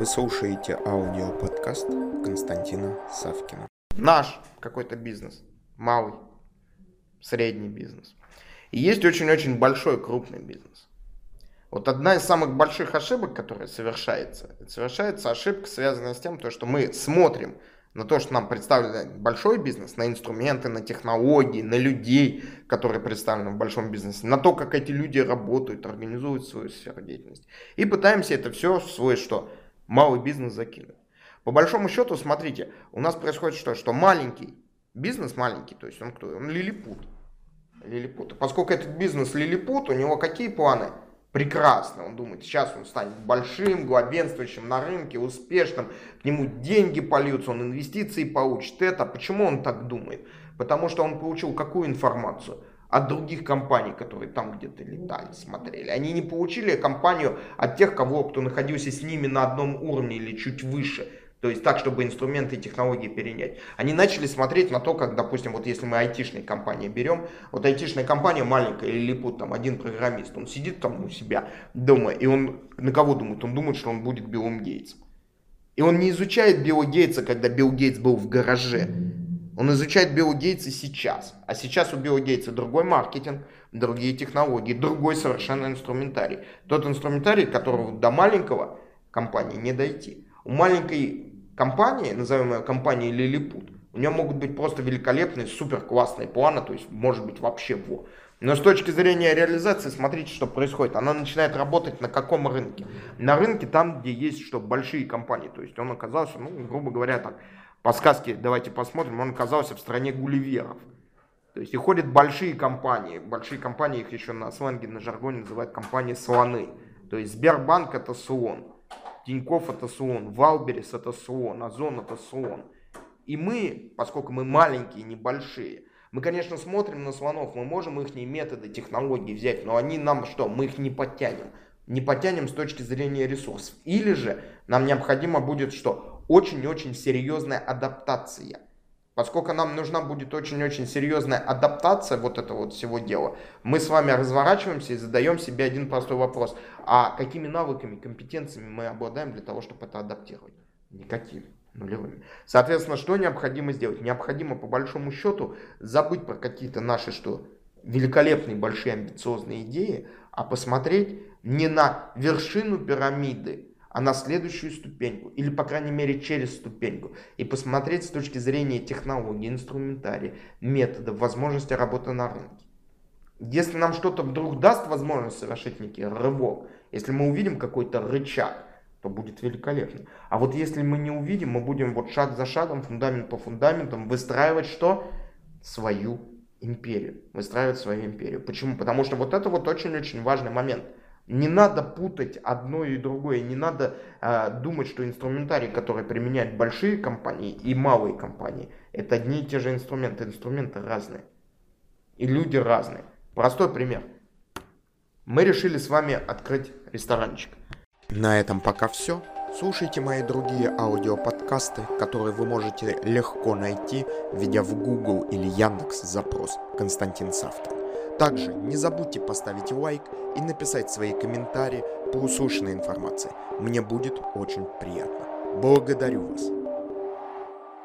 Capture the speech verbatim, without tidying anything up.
Вы слушаете аудиоподкаст Константина Савкина. Наш какой-то бизнес, малый, средний бизнес. И есть очень-очень большой, крупный бизнес. Вот одна из самых больших ошибок, которая совершается, это совершается ошибка, связанная с тем, что мы смотрим на то, что нам представлен большой бизнес, на инструменты, на технологии, на людей, которые представлены в большом бизнесе, на то, как эти люди работают, организуют свою сферу деятельности. И пытаемся это все в свой что? Малый бизнес закинуть. По большому счету, смотрите, у нас происходит что? Что маленький бизнес, маленький, то есть он кто? Он лилипут. Лилипут. И поскольку этот бизнес лилипут, у него какие планы? Прекрасно. Он думает, сейчас он станет большим, главенствующим на рынке, успешным, к нему деньги польются, он инвестиции получит. Это. Почему он так думает? Потому что он получил какую информацию? От других компаний, которые там где-то летали, смотрели. Они не получили компанию от тех, кого, кто находился с ними на одном уровне или чуть выше. То есть так, чтобы инструменты и технологии перенять. Они начали смотреть на то, как, допустим, вот если мы айтишные компании берем, вот айтишная компания маленькая, или липут, там один программист, он сидит там у себя дома, и он на кого думает? Он думает, что он будет Биллом Гейтсом. И он не изучает Билла Гейтса, когда Билл Гейтс был в гараже. Он изучает Билла Гейтса сейчас. А сейчас у Билла Гейтса другой маркетинг, другие технологии, другой совершенно инструментарий. Тот инструментарий, которого до маленького компании не дойти. У маленькой компании, назовем ее компанией Лилипут, у нее могут быть просто великолепные, супер классные планы, то есть может быть вообще во. Но с точки зрения реализации, смотрите, что происходит. Она начинает работать на каком рынке? На рынке там, где есть что, большие компании. То есть он оказался, ну, грубо говоря, так, по сказке, давайте посмотрим, он оказался в стране гулливеров. То есть и ходят большие компании. Большие компании, их еще на сленге, на жаргоне называют компании слоны. То есть Сбербанк это слон. Тинькофф это слон, Валберес это слон, Озон это слон. И мы, поскольку мы маленькие, небольшие, мы, конечно, смотрим на слонов, мы можем их методы, технологии взять, но они нам что, мы их не подтянем. Не подтянем с точки зрения ресурсов. Или же нам необходимо будет что? Очень-очень серьезная адаптация. Поскольку нам нужна будет очень-очень серьезная адаптация вот этого вот всего дела, мы с вами разворачиваемся и задаем себе один простой вопрос. А какими навыками, компетенциями мы обладаем для того, чтобы это адаптировать? Никакими. Нулевыми. Соответственно, что необходимо сделать? Необходимо по большому счету забыть про какие-то наши что великолепные, большие, амбициозные идеи, а посмотреть не на вершину пирамиды, а на следующую ступеньку, или, по крайней мере, через ступеньку, и посмотреть с точки зрения технологий, инструментария, методов, возможности работы на рынке. Если нам что-то вдруг даст возможность совершить некий рывок, если мы увидим какой-то рычаг, то будет великолепно. А вот если мы не увидим, мы будем вот шаг за шагом, фундамент по фундаментам выстраивать что? Свою империю. Выстраивать свою империю. Почему? Потому что вот это вот очень-очень важный момент. Не надо путать одно и другое, не надо э, думать, что инструментарий, который применяют большие компании и малые компании, это одни и те же инструменты, инструменты разные. И люди разные. Простой пример. Мы решили с вами открыть ресторанчик. На этом пока все. Слушайте мои другие аудиоподкасты, которые вы можете легко найти, введя в Google или Яндекс запрос «Константин Савкин». Также не забудьте поставить лайк и написать свои комментарии по услышанной информации. Мне будет очень приятно. Благодарю вас.